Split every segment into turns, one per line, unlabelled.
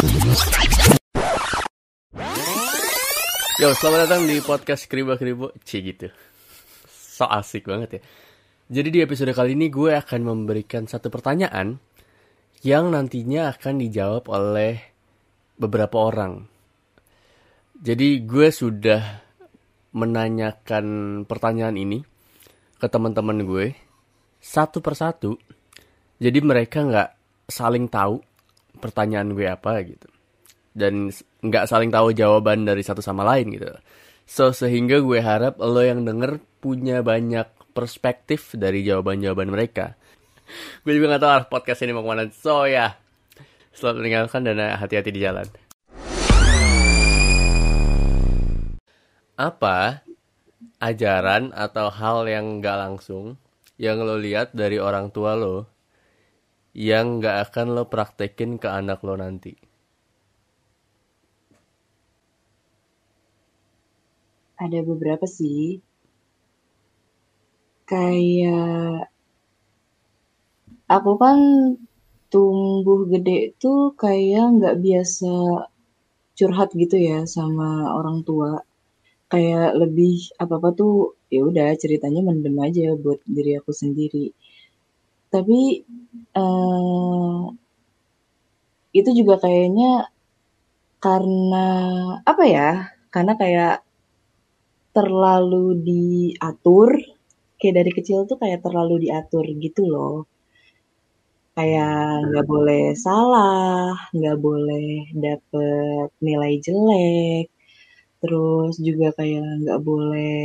Yo, selamat datang di podcast Kribo-Kribo. Gitu. So asik banget ya. Jadi di episode kali ini gue akan memberikan satu pertanyaan yang nantinya akan dijawab oleh beberapa orang. Jadi gue sudah menanyakan pertanyaan ini ke teman-teman gue satu persatu. Jadi mereka nggak saling tahu pertanyaan gue apa gitu. Dan nggak saling tahu jawaban dari satu sama lain gitu. So, sehingga gue harap lo yang denger punya banyak perspektif dari jawaban-jawaban mereka. Gue juga nggak tahu arah podcast ini mau kemana. So ya, selamat meninggalkan dan hati-hati di jalan. Apa ajaran atau hal yang nggak langsung yang lo lihat dari orang tua lo yang nggak akan lo praktekin ke anak lo nanti?
Ada beberapa sih. Kayak aku kan tumbuh gede tuh kayak nggak biasa curhat gitu ya sama orang tua. Kayak lebih apa-apa tuh ya udah ceritanya mendem aja buat diri aku sendiri. Tapi itu juga kayaknya karena apa ya? Karena kayak terlalu diatur. Kayak dari kecil tuh kayak terlalu diatur gitu loh. Kayak nggak boleh salah, nggak boleh dapet nilai jelek, terus juga kayak nggak boleh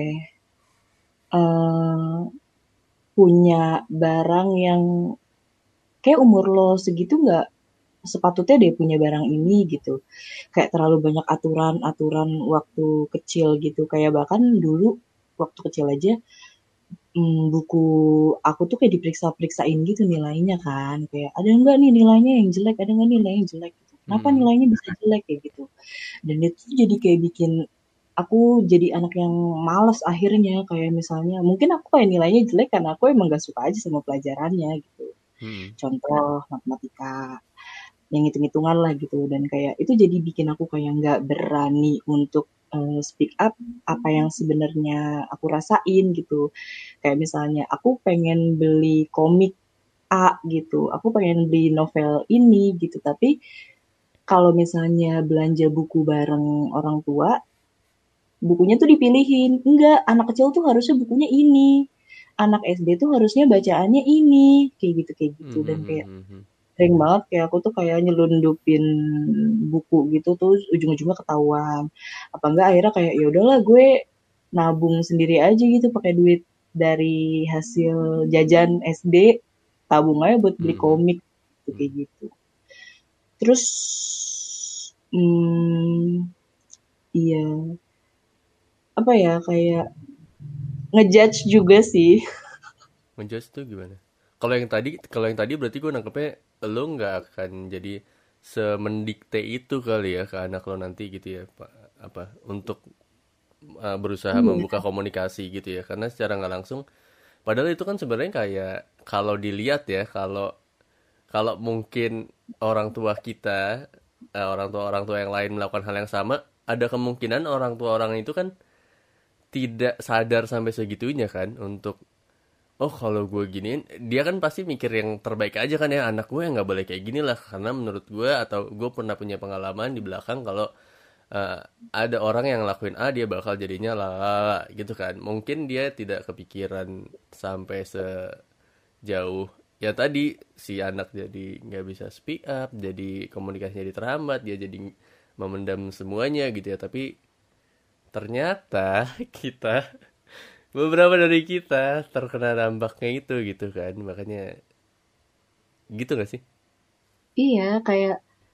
eh, punya barang yang kayak umur lo segitu nggak sepatutnya deh punya barang ini gitu. Kayak terlalu banyak aturan-aturan waktu kecil gitu. Kayak bahkan dulu waktu kecil aja buku aku tuh kayak diperiksa-periksain gitu nilainya kan. Kayak ada nggak nih nilainya yang jelek, ada nggak nilai yang jelek gitu. Kenapa nilainya bisa jelek kayak gitu. Dan itu jadi kayak bikin aku jadi anak yang malas akhirnya. Kayak misalnya mungkin aku kayak nilainya jelek karena aku emang gak suka aja sama pelajarannya gitu. Contoh matematika yang hitung-hitungan lah gitu. Dan kayak itu jadi bikin aku kayak nggak berani untuk speak up apa yang sebenarnya aku rasain gitu. Kayak misalnya aku pengen beli komik A gitu, aku pengen beli novel ini gitu, tapi kalau misalnya belanja buku bareng orang tua, bukunya tuh dipilihin. Enggak, anak kecil tuh harusnya bukunya ini. Anak SD tuh harusnya bacaannya ini. Kayak gitu. Dan kayak sering banget kayak aku tuh kayak nyelundupin buku gitu tuh ujung-ujungnya ketahuan. Apa enggak akhirnya kayak ya udahlah gue nabung sendiri aja gitu pakai duit dari hasil jajan SD, tabung aja buat beli komik gitu, kayak gitu. Terus iya apa ya kayak ngejudge juga sih.
Ngejudge tuh gimana? Kalau yang tadi berarti gue nangkepnya lo nggak akan jadi semendikte itu kali ya ke anak lo nanti gitu ya, Pak. Apa untuk berusaha membuka
Iya,
komunikasi gitu ya? Karena secara nggak langsung, padahal itu kan sebenarnya kayak kalau dilihat ya, kalau kalau mungkin orang tua kita, orang tua yang lain melakukan hal yang sama, ada kemungkinan orang tua orang itu kan tidak sadar sampai segitunya kan untuk oh kalau gue giniin dia kan pasti mikir yang terbaik aja kan ya anak gue nggak boleh kayak gini lah karena menurut gue atau gue pernah punya pengalaman di belakang kalau eh, ada orang yang lakuin A dia bakal jadinya lah gitu kan mungkin dia tidak kepikiran sampai sejauh ya tadi si anak jadi nggak bisa speak up jadi komunikasinya jadi terhambat dia jadi memendam semuanya gitu ya tapi ternyata kita beberapa dari kita terkena dampaknya itu gitu kan makanya gitu gak sih.
iya kayak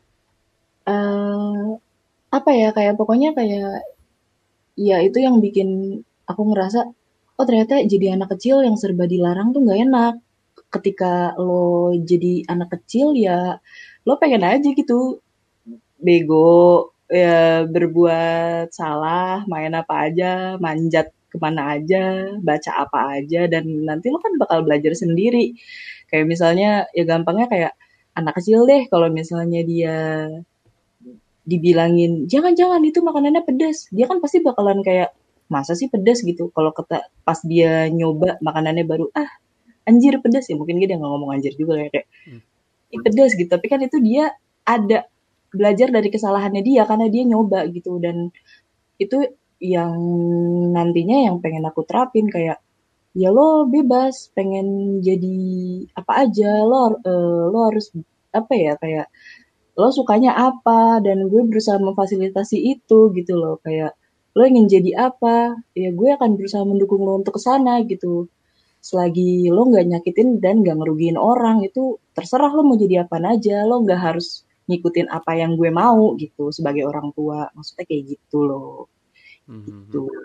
eh apa ya kayak pokoknya kayak ya itu yang bikin aku ngerasa oh ternyata jadi anak kecil yang serba dilarang tuh nggak enak. Ketika lo jadi anak kecil ya lo pengen aja gitu bego ya berbuat salah main apa aja manjat kemana aja baca apa aja dan nanti lo kan bakal belajar sendiri kayak misalnya ya gampangnya kayak anak kecil deh kalau misalnya dia dibilangin jangan-jangan itu makanannya pedas, dia kan pasti bakalan kayak masa sih pedas gitu. Kalau kata pas dia nyoba makanannya baru anjir pedas ya, mungkin dia nggak ngomong anjir juga ya, kayak
Hmm.
ih pedas gitu. Tapi kan itu dia ada belajar dari kesalahannya dia karena dia nyoba gitu. Dan itu yang nantinya yang pengen aku terapin kayak ya lo bebas pengen jadi apa aja, lo harus apa ya, kayak lo sukanya apa dan gue berusaha memfasilitasi itu gitu loh. Kayak lo ingin jadi apa ya, gue akan berusaha mendukung lo untuk ke sana gitu. Selagi lo nggak nyakitin dan nggak ngerugiin orang, itu terserah lo mau jadi apa aja, lo nggak harus ngikutin apa yang gue mau gitu sebagai orang tua, maksudnya kayak gitu loh.
Hmm, hmm, hmm.
Gitu.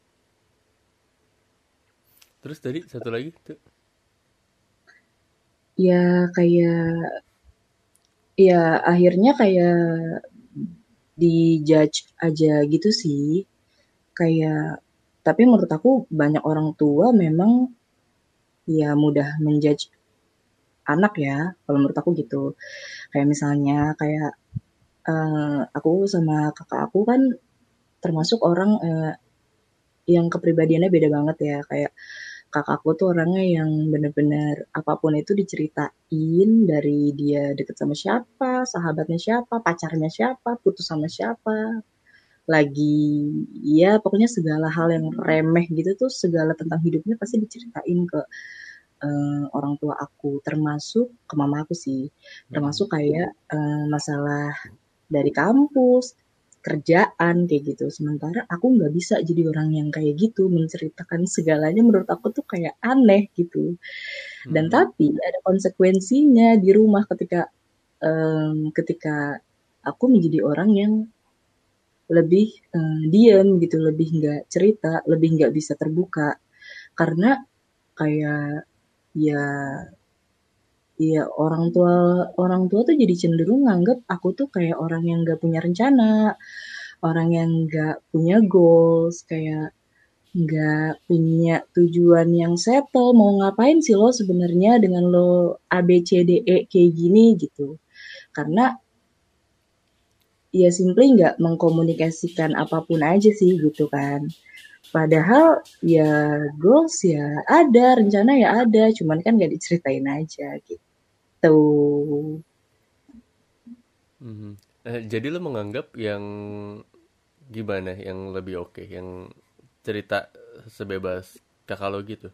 Terus tadi satu lagi tuh.
Ya kayak ya akhirnya kayak dijudge aja gitu sih. Kayak tapi menurut aku banyak orang tua memang ya mudah menjudge anak ya, kalau menurut aku gitu. Kayak misalnya kayak aku sama kakak aku kan termasuk orang yang kepribadiannya beda banget ya. Kayak kakakku tuh orangnya yang bener-bener apapun itu diceritain, dari dia deket sama siapa, sahabatnya siapa, pacarnya siapa, putus sama siapa, lagi ya pokoknya segala hal yang remeh gitu tuh, segala tentang hidupnya pasti diceritain ke orang tua aku, termasuk ke mama aku sih,
Hmm.
termasuk kayak masalah dari kampus, kerjaan kayak gitu. Sementara aku nggak bisa jadi orang yang kayak gitu, menceritakan segalanya menurut aku tuh kayak aneh gitu. Dan
Hmm.
tapi ada konsekuensinya di rumah ketika ketika aku menjadi orang yang lebih diem gitu, lebih nggak cerita, lebih nggak bisa terbuka. Karena kayak ya orang tua tuh jadi cenderung nganggep aku tuh kayak orang yang nggak punya rencana, orang yang nggak punya goals, kayak nggak punya tujuan yang settle. Mau ngapain sih lo sebenarnya dengan lo A B C D E kayak gini gitu? Karena ya simply nggak mengkomunikasikan apapun aja sih gitu kan. Padahal ya goals ya ada, rencana ya ada, cuman kan nggak diceritain aja gitu.
Hmm. Jadi lo menganggap yang gimana yang lebih oke, yang cerita sebebas kakak lo gitu?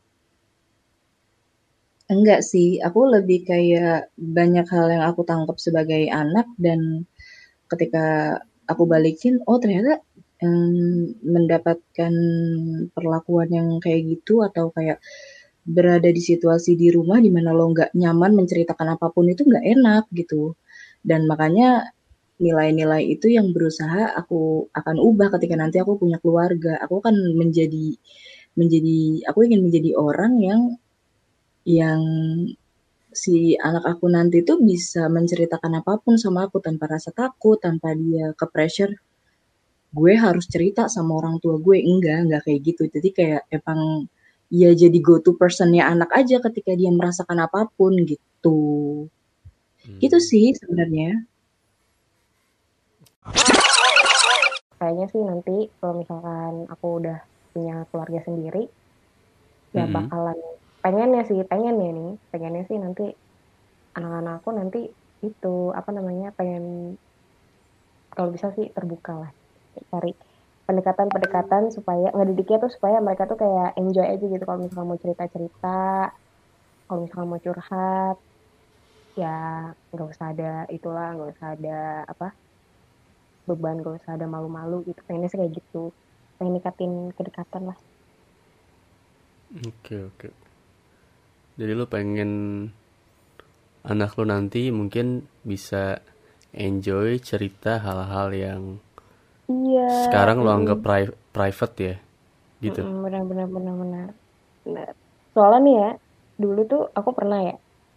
Enggak sih, aku lebih kayak banyak hal yang aku tangkap sebagai anak dan ketika aku balikin, oh ternyata mendapatkan perlakuan yang kayak gitu atau kayak berada di situasi di rumah di mana lo nggak nyaman menceritakan apapun itu nggak enak gitu. Dan makanya nilai-nilai itu yang berusaha aku akan ubah ketika nanti aku punya keluarga. Aku akan menjadi menjadi aku ingin menjadi orang yang si anak aku nanti tuh bisa menceritakan apapun sama aku tanpa rasa takut, tanpa dia ke pressure gue harus cerita sama orang tua gue, enggak kayak gitu. Jadi kayak emang ya jadi go to personnya anak aja ketika dia merasakan apapun gitu. Gitu
Hmm.
sih sebenarnya.
Kayaknya sih nanti kalau misalkan aku udah punya keluarga sendiri, ya
Hmm.
bakalan pengennya sih nanti anak-anak aku nanti itu apa namanya pengen kalau bisa sih terbuka lah, cari pendekatan-pendekatan supaya ngedidiknya tuh supaya mereka tuh kayak enjoy aja gitu kalau misalkan mau cerita-cerita, kalau misalkan mau curhat, ya nggak usah ada itulah, nggak usah ada apa beban, nggak usah ada malu-malu gitu. Pengennya sih kayak gitu, pengen nikatin kedekatan lah.
Oke, oke. Jadi lo pengen anak lo nanti mungkin bisa enjoy cerita hal-hal yang
Iya,
sekarang lo
mm-mm.
anggap private ya, gitu.
Mm-mm, benar benar benar benar. Benar. Soalnya nih ya, dulu tuh aku pernah ya,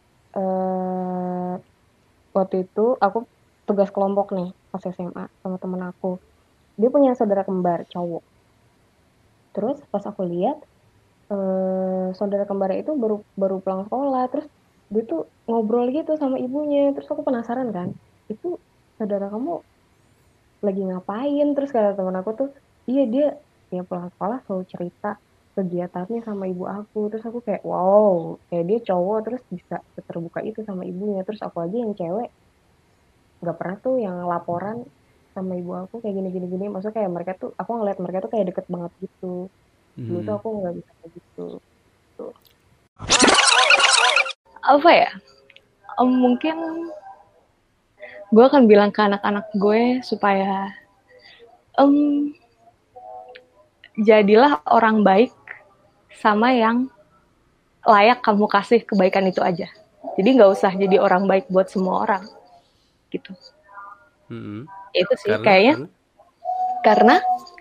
eh waktu itu aku tugas kelompok nih pas SMA sama temen aku. Dia punya saudara kembar cowok. Terus pas aku lihat, saudara kembarnya itu baru baru pulang sekolah. Terus dia tuh ngobrol gitu sama ibunya. Terus aku penasaran kan, itu saudara kamu lagi ngapain, terus kata teman aku tuh iya dia ya pulang sekolah selalu cerita kegiatannya sama ibu aku, terus aku kayak wow, kayak dia cowok terus bisa terbuka itu sama ibunya, terus aku aja yang cewek nggak pernah tuh yang laporan sama ibu aku kayak gini gini gini, maksudnya kayak mereka tuh aku ngeliat mereka tuh kayak deket banget gitu, dulu tuh aku nggak bisa kayak gitu tuh.
Apa ya, mungkin gue akan bilang ke anak-anak gue supaya jadilah orang baik sama yang layak kamu kasih kebaikan itu aja. Jadi nggak usah jadi orang baik buat semua orang gitu. Itu sih kayaknya karena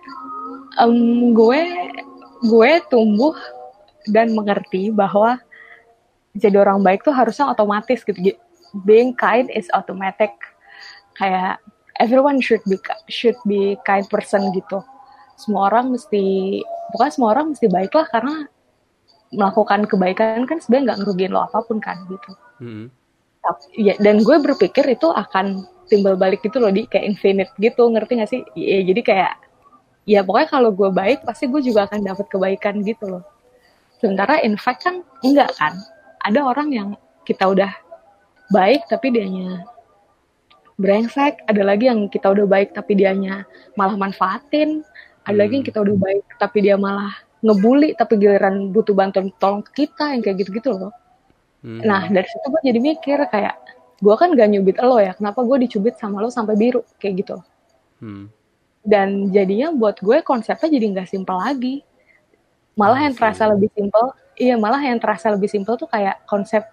gue tumbuh dan mengerti bahwa jadi orang baik tuh harusnya otomatis gitu. Being kind is automatic. Kayak everyone should be kind person gitu. Semua orang mesti baik lah, karena melakukan kebaikan kan sebenarnya nggak ngerugiin lo apapun kan gitu. Ya, dan gue berpikir itu akan timbal balik gitu loh, kayak infinite gitu, ngerti nggak sih? Ya, jadi kayak ya pokoknya kalau gue baik pasti gue juga akan dapat kebaikan gitu loh. Sementara in fact kan enggak kan, ada orang yang kita udah baik tapi dianya brengsek, ada lagi yang kita udah baik tapi dianya malah manfaatin, ada lagi yang kita udah baik tapi dia malah ngebully tapi giliran butuh bantuan tolong ke kita, yang kayak gitu-gitu loh. Nah dari situ gue jadi mikir kayak gue kan gak nyubit lo ya, kenapa gue dicubit sama lo sampai biru kayak gitu. Dan jadinya buat gue konsepnya jadi nggak simpel lagi, malah yang terasa lebih simpel. Iya, malah yang terasa lebih simpel tuh kayak konsep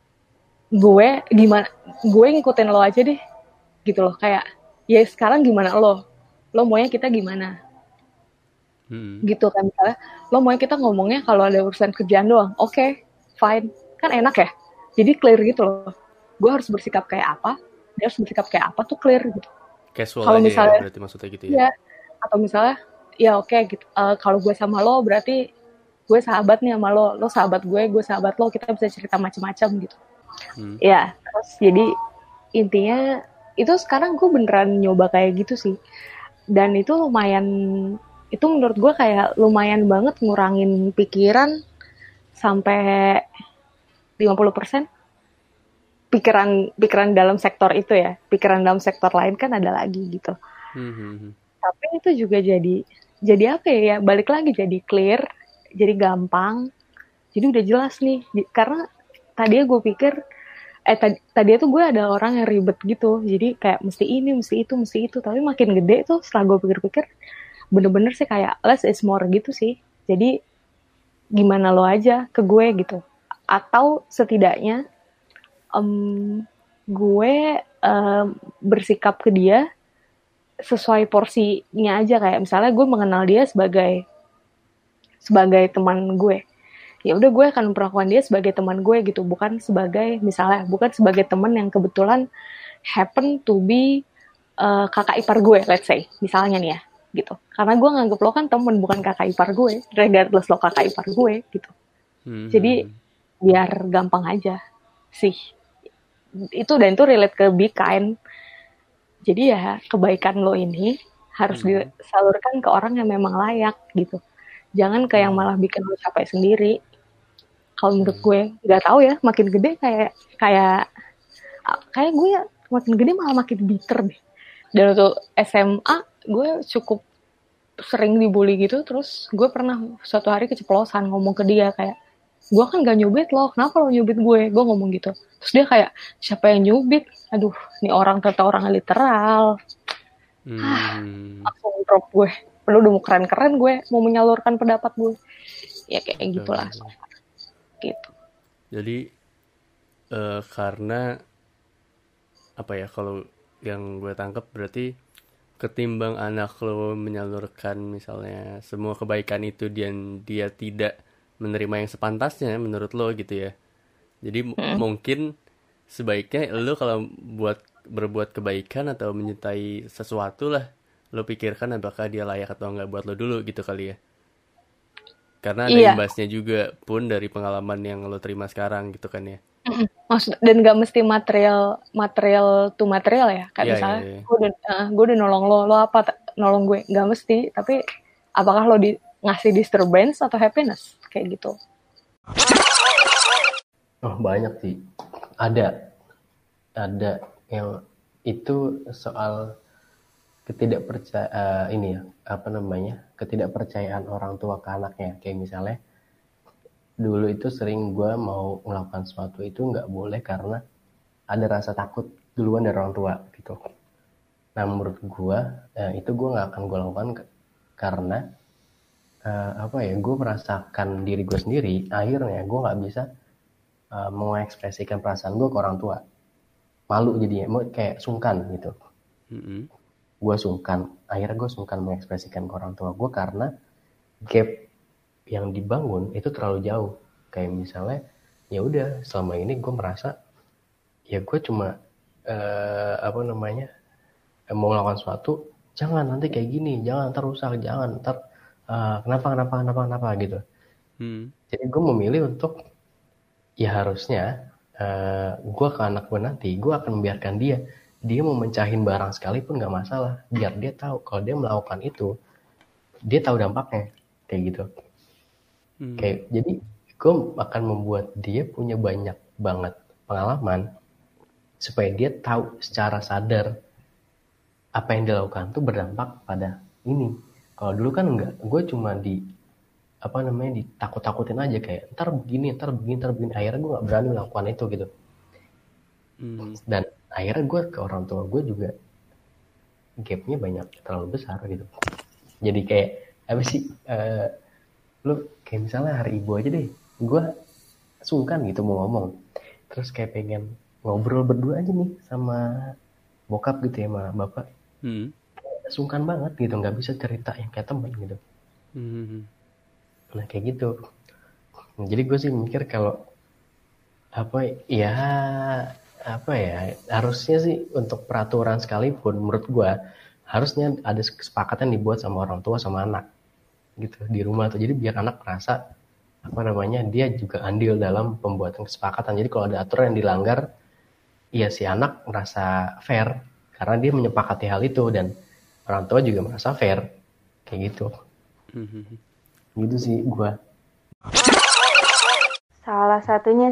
gue gimana, gue ngikutin lo aja deh gitu loh, kayak ya sekarang gimana lo maunya kita gimana gitu kan. Misalnya lo maunya kita ngomongnya kalau ada urusan kerjaan doang, oke, fine, kan enak ya, jadi clear gitu loh. Gue harus bersikap kayak apa, dia harus bersikap kayak apa tuh clear gitu.
Kalau misalnya ya, berarti maksudnya gitu ya.
Atau misalnya ya oke gitu, kalau gue sama lo berarti gue sahabat nih sama lo sahabat gue sahabat lo, kita bisa cerita macam-macam gitu. Ya terus jadi intinya itu sekarang gue beneran nyoba kayak gitu sih, dan itu lumayan, itu menurut gue kayak lumayan banget ngurangin pikiran sampai 50%. Pikiran dalam sektor itu ya, pikiran dalam sektor lain kan ada lagi gitu. Tapi itu juga jadi apa ya, balik lagi jadi clear, jadi gampang, jadi udah jelas nih. Karena tadinya gue pikir tadinya tuh gue ada orang yang ribet gitu, jadi kayak mesti ini, mesti itu, tapi makin gede tuh setelah gue pikir-pikir bener-bener sih kayak less is more gitu sih. Jadi gimana lo aja ke gue gitu, atau setidaknya gue bersikap ke dia sesuai porsinya aja. Kayak misalnya gue mengenal dia sebagai teman gue, ya udah gue akan memperlakukan dia sebagai teman gue gitu, bukan sebagai teman yang kebetulan happen to be kakak ipar gue, let's say misalnya nih ya gitu. Karena gue nganggep lo kan temen, bukan kakak ipar gue, regardless lo kakak ipar gue gitu. Jadi biar gampang aja sih itu, dan itu relate ke be kind. Jadi ya kebaikan lo ini harus disalurkan ke orang yang memang layak gitu, jangan ke yang malah bikin lo capek sendiri. Kalau menurut gue, nggak tahu ya, makin gede kayak gue makin gede malah makin bitter deh. Dan untuk SMA gue cukup sering dibully gitu, terus gue pernah suatu hari keceplosan ngomong ke dia kayak, gue kan gak nyubit lo, kenapa lo nyubit gue ngomong gitu. Terus dia kayak, siapa yang nyubit? Aduh, ini orang ternyata orang literal. Langsung drop gue, padahal udah mau keren-keren gue mau menyalurkan pendapat gue. Ya kayak gitulah gitu.
Jadi karena apa ya, kalau yang gue tangkap berarti ketimbang anak lo menyalurkan misalnya semua kebaikan itu dan dia tidak menerima yang sepantasnya menurut lo gitu ya. Jadi mungkin sebaiknya lo kalau berbuat kebaikan atau menyertai sesuatu lah, lo pikirkan apakah dia layak atau enggak buat lo dulu gitu kali ya. Karena ada imbasnya juga pun dari pengalaman yang lo terima sekarang gitu kan ya.
Maksud dan nggak mesti material to material ya. Kayak
Iya,
misalnya
iya, iya.
gue udah nolong lo apa nolong gue, nggak mesti. Tapi apakah lo ngasih disturbance atau happiness kayak gitu?
Oh, banyak sih. Ada yang itu soal ketidakpercayaan orang tua ke anaknya. Kayak misalnya dulu itu sering gue mau melakukan sesuatu itu nggak boleh karena ada rasa takut duluan dari orang tua gitu. Nah menurut gue itu gue nggak akan gue lakukan karena gue merasakan diri gue sendiri. Akhirnya gue nggak bisa mengekspresikan perasaan gue ke orang tua. Malu jadinya, kayak sungkan gitu. Gue sungkan, akhirnya gue sungkan mengekspresikan ke orang tua gue karena gap yang dibangun itu terlalu jauh. Kayak misalnya ya udah selama ini gue merasa ya gue cuma mau melakukan sesuatu, jangan nanti kayak gini, jangan ntar rusak, jangan ntar kenapa gitu. Jadi gue memilih untuk ya harusnya gue ke anak gue nanti gue akan membiarkan dia mau mencahin barang sekalipun nggak masalah, biar dia tahu kalau dia melakukan itu dia tahu dampaknya kayak gitu. Kayak jadi gue akan membuat dia punya banyak banget pengalaman supaya dia tahu secara sadar apa yang dia lakukan tuh berdampak pada ini. Kalau dulu kan enggak, gue cuma ditakut-takutin aja kayak ntar begini, akhirnya gue nggak berani melakukan itu gitu. Dan akhirnya gue ke orang tua gue juga gapnya banyak terlalu besar gitu. Jadi kayak apa sih lu kayak misalnya hari ibu aja deh, gue sungkan gitu mau ngomong, terus kayak pengen ngobrol berdua aja nih sama bokap gitu ya, sama bapak. Sungkan banget gitu, nggak bisa cerita yang kayak teman gitu. Nah kayak gitu. Jadi gue sih mikir kalau harusnya sih untuk peraturan sekalipun menurut gue harusnya ada kesepakatan dibuat sama orang tua sama anak gitu di rumah tuh. Jadi biar anak merasa dia juga andil dalam pembuatan kesepakatan. Jadi kalau ada aturan yang dilanggar, ya si anak merasa fair karena dia menyepakati hal itu dan orang tua juga merasa fair kayak gitu. Gitu sih gue.
Salah satunya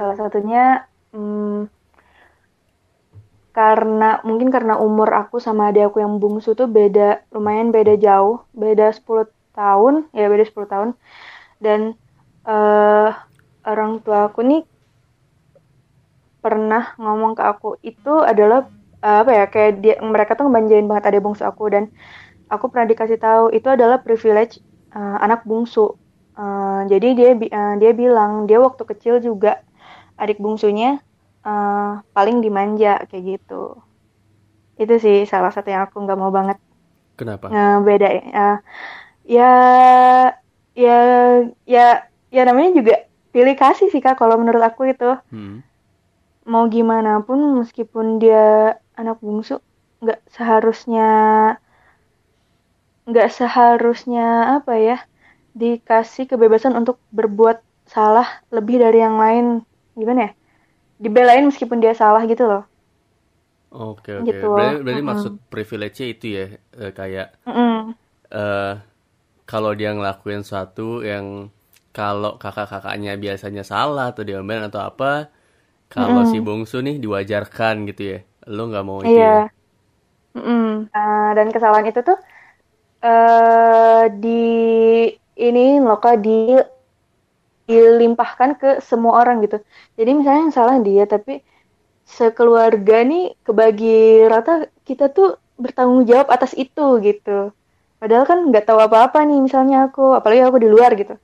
karena umur aku sama adik aku yang bungsu tuh lumayan beda jauh, beda 10 tahun, dan orang tua aku nih pernah ngomong ke aku itu adalah kayak mereka tuh ngebanjain banget adik bungsu aku, dan aku pernah dikasih tahu itu adalah privilege anak bungsu. Jadi dia bilang dia waktu kecil juga adik bungsunya paling dimanja kayak gitu. Itu sih salah satu yang aku nggak mau banget.
Kenapa?
Beda ya namanya juga pilih kasih sih Kak, kalau menurut aku itu. Mau gimana pun meskipun dia anak bungsu nggak seharusnya dikasih kebebasan untuk berbuat salah lebih dari yang lain, gimana ya, dibelain meskipun dia salah gitu loh.
Oke.
Gitu.
Berarti maksud privilege-nya itu ya, kayak kalau dia ngelakuin sesuatu yang kalau kakak-kakaknya biasanya salah atau diomelin atau apa, kalau si bungsu nih diwajarkan gitu ya, lo nggak mau itu ya?
Dan kesalahan itu tuh dilimpahkan ke semua orang gitu. Jadi misalnya yang salah dia, tapi sekeluarga nih kebagi rata kita tuh bertanggung jawab atas itu gitu. Padahal kan nggak tahu apa-apa nih misalnya aku, apalagi aku di luar gitu.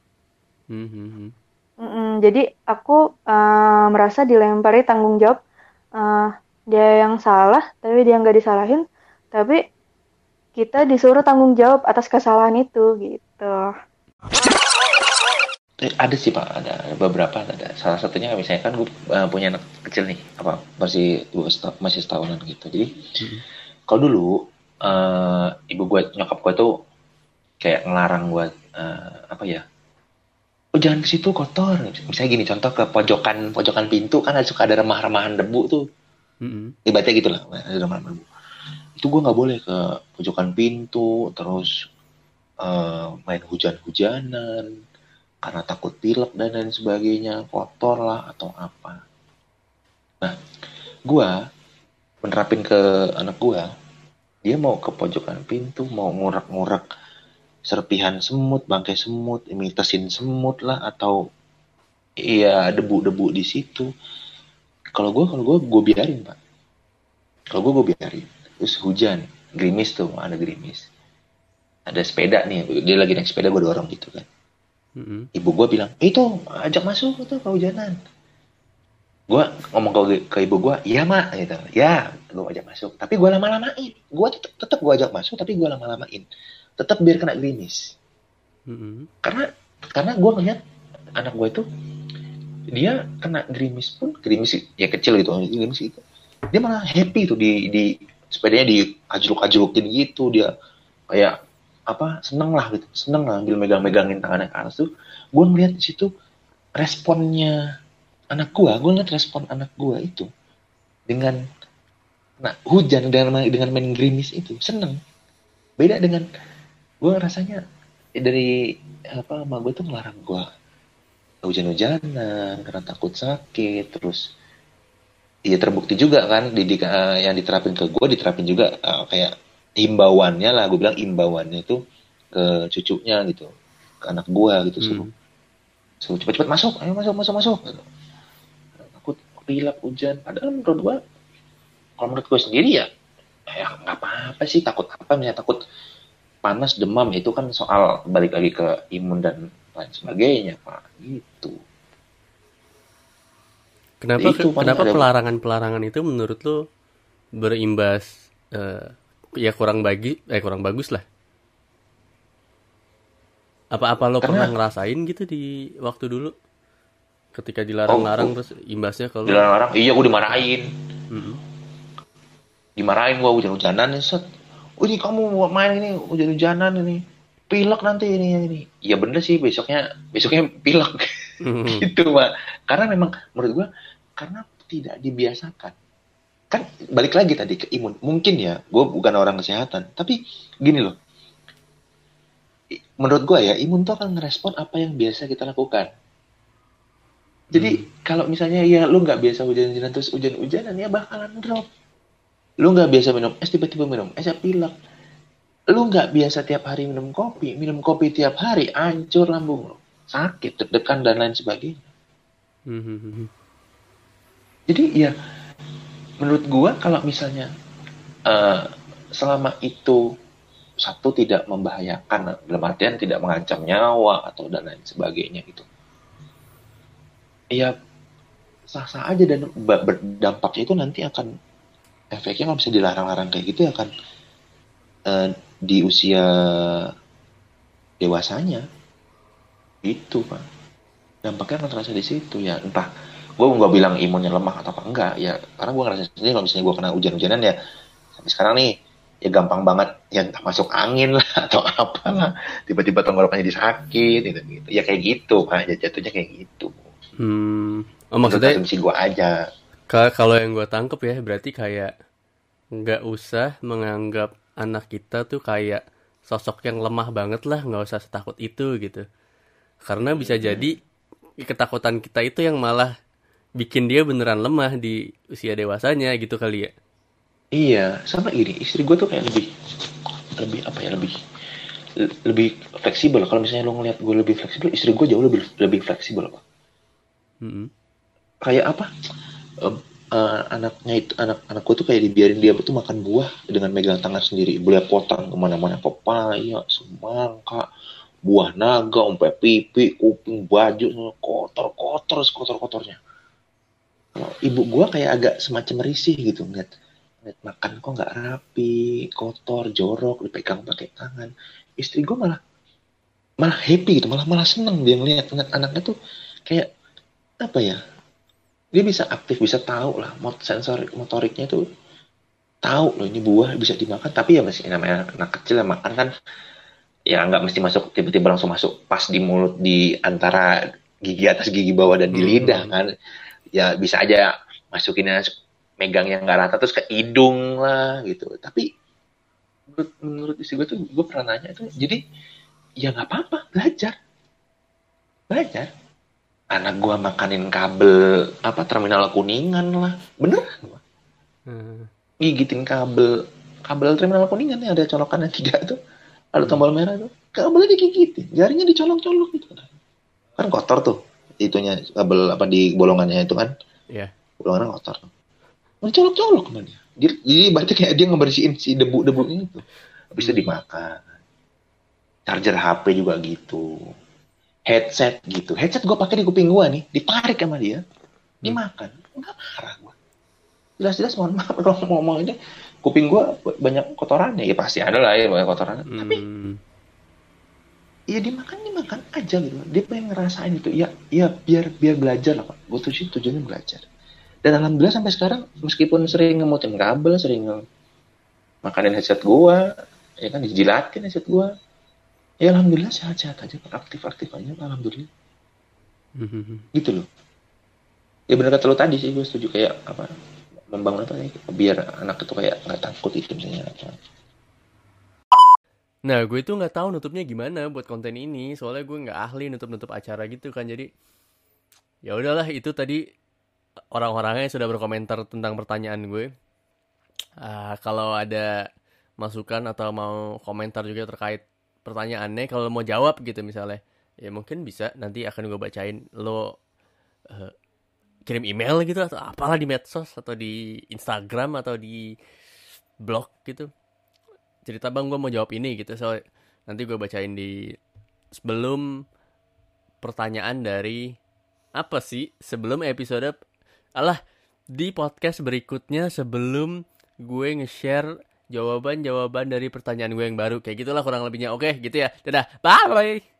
Jadi aku merasa dilempari tanggung jawab, dia yang salah tapi dia nggak disalahin, tapi kita disuruh tanggung jawab atas kesalahan itu gitu.
Ada sih Pak, ada beberapa. Ada salah satunya misalnya kan gue punya anak kecil nih, masih setahunan gitu. Jadi kalau dulu ibu gue, nyokap gue tuh kayak ngelarang gue oh jangan ke situ kotor. Misalnya gini, contoh ke pojokan pintu kan suka ada remah-remahan debu tuh. Ibaratnya gitu lah, ada remah-remahan debu. Itu gue nggak boleh ke pojokan pintu, terus main hujan-hujanan karena takut pilek dan lain sebagainya, kotor lah atau apa. Nah, gue menerapin ke anak gue, dia mau ke pojokan pintu, mau ngurak-ngurak serpihan semut, bangkai semut, imitasin semut lah, atau iya debu-debu di situ. Kalau gue biarin pak. Kalau gue biarin. Terus hujan, gerimis tuh, ada gerimis. Ada sepeda nih, dia lagi naik sepeda, gue dorong gitu kan. Ibu gue bilang, itu ajak masuk tuh kehujanan. Gue ngomong ke ibu gue, iya mak, gitu. Ya, gue ajak masuk. Tapi gue lama-lamain. Gue tetap gue ajak masuk, tapi gue lama-lamain. Tetap biar kena gerimis. Karena gue ngeliat anak gue itu, dia kena gerimis pun, gerimis ya kecil gitu, gerimis gitu. Dia malah happy tuh di sepedanya diajluk-ajlukin gitu, dia kayak seneng lah ambil megangin tangannya ke atas tuh. Gue ngeliat di situ responnya anak gue ngeliat respon anak gue itu dengan hujan, dengan main gerimis itu seneng. Beda dengan gue rasanya dari emak gue tuh ngelarang gue hujan-hujanan karena takut sakit. Terus ya terbukti juga kan yang diterapin ke gue diterapin juga kayak himbauannya lah, gue bilang himbauannya itu ke cucunya gitu, ke anak gue gitu, suruh cepet-cepet masuk, ayo masuk gitu. Takut pilek hujan. Padahal menurut gue, kalau menurut gue sendiri ya nggak apa-apa sih. Takut apa, misalnya takut panas, demam, itu kan soal balik lagi ke imun dan lain sebagainya pak, gitu.
Kenapa pelarangan itu menurut lo berimbas ya kurang bagus lah? Apa lo pernah ngerasain gitu di waktu dulu ketika dilarang-larang terus imbasnya kalau
dilarang-larang? Iya, gue dimarahin. Dimarahin gue hujan-hujanan nih, set. Ini kamu main ini hujan-hujanan ini, pilek nanti ini. Iya bener sih, besoknya pilek. Gitu pak. Karena memang menurut gue karena tidak dibiasakan. Kan balik lagi tadi ke imun. Mungkin ya, gue bukan orang kesehatan, tapi gini loh. Menurut gue ya, imun tuh akan ngerespon apa yang biasa kita lakukan. Jadi kalau misalnya ya lu nggak biasa hujan-hujanan terus hujan-hujanan, ya bakalan drop. Lu nggak biasa minum es, tiba-tiba minum es, ya pilek. Lu nggak biasa tiap hari minum kopi tiap hari, hancur lambung lu, sakit, deg-degan dan lain sebagainya. Jadi ya menurut gua kalau misalnya selama itu satu tidak membahayakan, dalam artian tidak mengancam nyawa atau dan lain sebagainya gitu, ya sah-sah aja. Dan berdampaknya itu nanti akan, efeknya kalau bisa dilarang-larang kayak gitu akan di usia dewasanya itu pak, dampaknya akan terasa di situ. Ya entah, gue nggak bilang imunnya lemah atau apa enggak ya, karena gue ngerasa sendiri kalau misalnya gue kena hujan-hujanan ya sampai sekarang nih ya gampang banget ya, entah masuk angin lah atau apalah, tiba-tiba tenggorokannya disakit gitu ya, kayak gitu pak, jatuhnya kayak gitu.
Maksudnya
asumsi gue aja.
Kalau yang gue tangkep ya, berarti kayak nggak usah menganggap anak kita tuh kayak sosok yang lemah banget lah, nggak usah setakut itu gitu. Karena bisa jadi ketakutan kita itu yang malah bikin dia beneran lemah di usia dewasanya gitu kali ya.
Iya, sama ini istri gue tuh kayak lebih fleksibel. Kalau misalnya lo ngeliat gue lebih fleksibel, istri gue jauh lebih fleksibel pak. Kayak apa? Anaknya itu, anak gue tuh kayak dibiarin dia tuh makan buah dengan megang tangan sendiri, boleh potong kemana-mana, pepaya, semangka, buah naga, sampai pipi, kuping, baju, kotor-kotornya. Kalau ibu gue kayak agak semacam risih gitu, ngeliat makan kok nggak rapi, kotor, jorok, dipegang pakai tangan. Istri gue malah happy gitu, malah seneng dia ngeliat anaknya tuh kayak apa ya? Dia bisa aktif, bisa tahu lah, motoriknya tuh tahu loh ini buah bisa dimakan. Tapi ya masih namanya anak kecil ya, makan kan Ya nggak mesti masuk tiba-tiba langsung masuk pas di mulut di antara gigi atas gigi bawah dan di lidah kan. Ya bisa aja masukinnya megang yang nggak rata terus ke hidung lah gitu. Tapi menurut istri gue tuh gue pernah nanya tuh jadi ya nggak apa-apa belajar anak gue makanin kabel terminal Kuningan lah beneran gigitin kabel terminal Kuningan yang ada colokannya 3 tuh ada tombol merah tuh kabelnya digigitin jaringnya dicolok-colok gitu kan kotor tuh itunya kabel di bolongannya itu kan bolongannya kotor tuh dicolok-colok sama dia jadi berarti kayak dia ngebersihin si debu-debunya itu habis itu dimakan charger HP juga gitu headset gue pakai di kuping gue nih ditarik sama dia dimakan nggak marah gue jelas-jelas mohon maaf ngomong ini kuping gue banyak kotorannya ya pasti ada lah ya banyak kotorannya tapi ya dimakan aja gitu dia pengen ngerasain itu ya biar belajar lah Pak gue tujuannya belajar dan alhamdulillah sampai sekarang meskipun sering ngemutin kabel sering makanin headset gue ya kan dijilatin headset gue ya alhamdulillah sehat-sehat aja aktif aja alhamdulillah gitu loh ya benar kata lo tadi sih gue setuju kayak membangun biar anak itu kayak nggak takut itu misalnya
Nah gue itu nggak tahu nutupnya gimana buat konten ini soalnya gue nggak ahli nutup acara gitu kan jadi ya udahlah itu tadi orang-orangnya sudah berkomentar tentang pertanyaan gue. Kalau ada masukan atau mau komentar juga terkait pertanyaannya kalau mau jawab gitu misalnya ya mungkin bisa nanti akan gue bacain lo kirim email gitu atau apalah di medsos atau di Instagram atau di blog gitu cerita bang gue mau jawab ini gitu so nanti gue bacain di sebelum pertanyaan dari apa sih sebelum episode di podcast berikutnya sebelum gue nge-share jawaban dari pertanyaan gue yang baru kayak gitulah kurang lebihnya oke gitu ya dadah bye